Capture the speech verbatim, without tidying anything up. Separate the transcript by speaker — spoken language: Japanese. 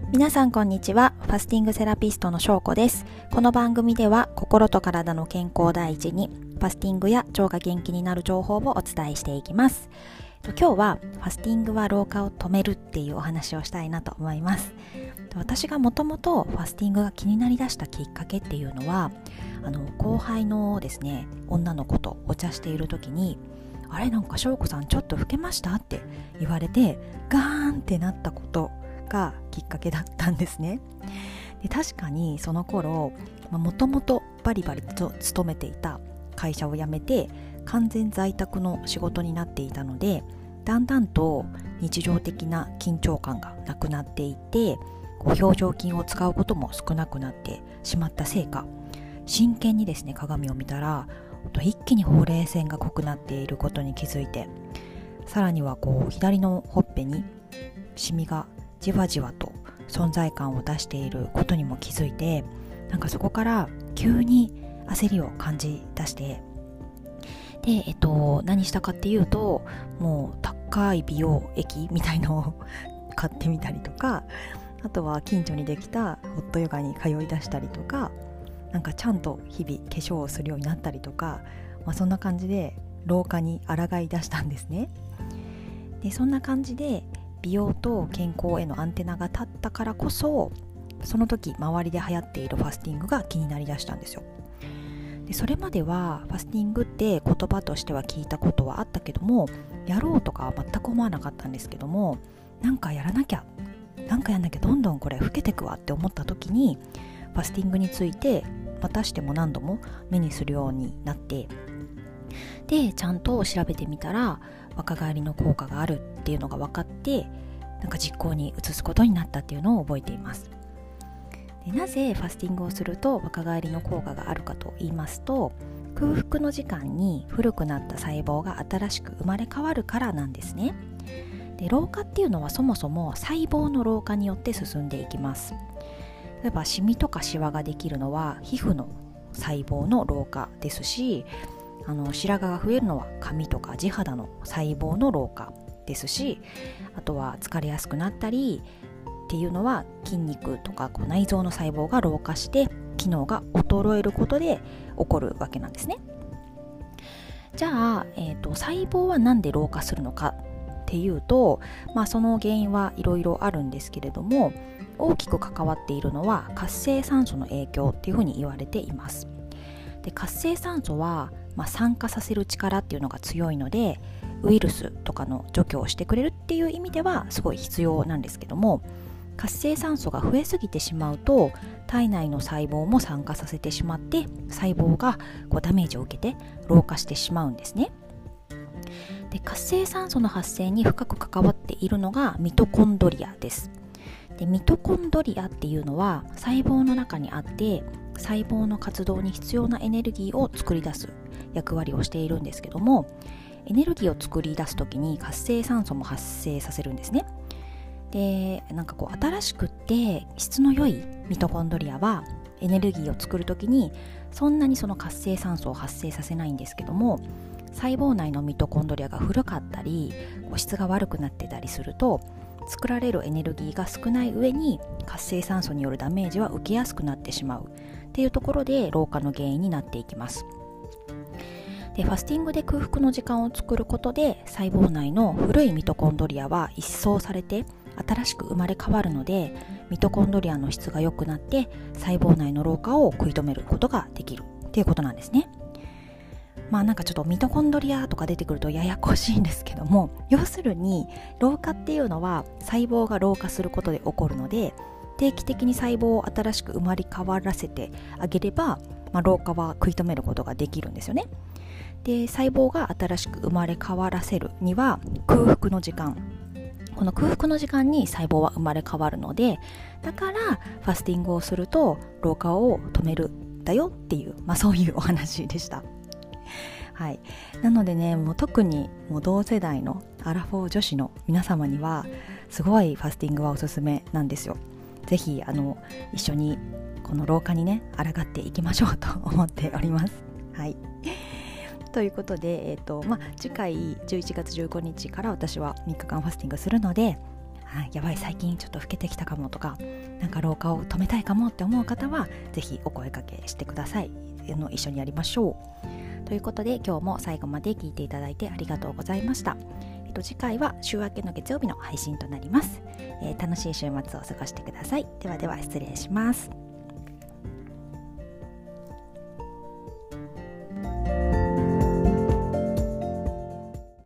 Speaker 1: 皆さんこんにちは。ファスティングセラピストのしょうこです。この番組では心と体の健康第一にファスティングや腸が元気になる情報をお伝えしていきます。今日はファスティングは老化を止めるっていうお話をしたいなと思います。私がもともとファスティングが気になりだしたきっかけっていうのは、あの後輩のですね女の子とお茶している時に、あれなんかしょうこさんちょっと老けましたって言われてガーンってなったことがきっかけだったんですね。で確かにその頃もともとバリバリと勤めていた会社を辞めて完全在宅の仕事になっていたので、だんだんと日常的な緊張感がなくなっていて、こう表情筋を使うことも少なくなってしまったせいか、真剣にですね鏡を見たら一気にほうれい線が濃くなっていることに気づいて、さらにはこう左のほっぺにシミがじわじわと存在感を出していることにも気づいて、なんかそこから急に焦りを感じ出して、で、えっと、何したかっていうと、もう高い美容液みたいのを買ってみたりとか、あとは近所にできたホットヨガに通い出したりとか、なんかちゃんと日々化粧をするようになったりとか、まあ、そんな感じで老化に抗い出したんですね。でそんな感じで美容と健康へのアンテナが立ったからこそ、その時周りで流行っているファスティングが気になりだしたんですよ。でそれまではファスティングって言葉としては聞いたことはあったけども、やろうとかは全く思わなかったんですけども、なんかやらなきゃなんかやんなきゃどんどんこれ老けてくわって思った時に、ファスティングについてまたしても何度も目にするようになって、でちゃんと調べてみたら若返りの効果があるっていうのが分かって、なんか実行に移すことになったっていうのを覚えています。でなぜファスティングをすると若返りの効果があるかと言いますと、空腹の時間に古くなった細胞が新しく生まれ変わるからなんですね。で老化っていうのはそもそも細胞の老化によって進んでいきます。例えばシミとかシワができるのは皮膚の細胞の老化ですし、あの白髪が増えるのは髪とか地肌の細胞の老化ですし、あとは疲れやすくなったりっていうのは筋肉とかこう内臓の細胞が老化して機能が衰えることで起こるわけなんですね。じゃあ、えーと、細胞はなんで老化するのかっていうと、まあ、その原因はいろいろあるんですけれども、大きく関わっているのは活性酸素の影響っていうふうに言われています。で活性酸素は、まあ、酸化させる力っていうのが強いので、ウイルスとかの除去をしてくれるっていう意味ではすごい必要なんですけども、活性酸素が増えすぎてしまうと体内の細胞も酸化させてしまって、細胞がこうダメージを受けて老化してしまうんですね。で活性酸素の発生に深く関わっているのがミトコンドリアです。でミトコンドリアっていうのは細胞の中にあって、細胞の活動に必要なエネルギーを作り出す役割をしているんですけども、エネルギーを作り出すときに活性酸素も発生させるんですね。でなんかこう新しくって質の良いミトコンドリアはエネルギーを作るときにそんなにその活性酸素を発生させないんですけども、細胞内のミトコンドリアが古かったり質が悪くなってたりすると、作られるエネルギーが少ない上に活性酸素によるダメージは受けやすくなってしまうっていうところで老化の原因になっていきます。でファスティングで空腹の時間を作ることで、細胞内の古いミトコンドリアは一掃されて新しく生まれ変わるので、ミトコンドリアの質が良くなって細胞内の老化を食い止めることができるっていうことなんですね。まあなんかちょっとミトコンドリアとか出てくるとややこしいんですけども、要するに老化っていうのは細胞が老化することで起こるので、定期的に細胞を新しく生まれ変わらせてあげれば、まあ、老化は食い止めることができるんですよね。で細胞が新しく生まれ変わらせるには空腹の時間、この空腹の時間に細胞は生まれ変わるので、だからファスティングをすると老化を止めるんだよっていう、まあ、そういうお話でした。はい、なのでね、もう特にもう同世代のアラフォー女子の皆様にはすごいファスティングはおすすめなんですよ。ぜひあの一緒にこの老化にね抗っていきましょうと思っております。はい、ということで、えーとまあ、次回じゅういちがつじゅうごにちから私はみっかかんファスティングするので、 あやばい最近ちょっと老けてきたかもとか、なんか老化を止めたいかもって思う方はぜひお声掛けしてください。あの一緒にやりましょうということで、今日も最後まで聞いていただいてありがとうございました。えっと、次回は週明けの月曜日の配信となります。えー、楽しい週末を過ごしてください。ではでは失礼します。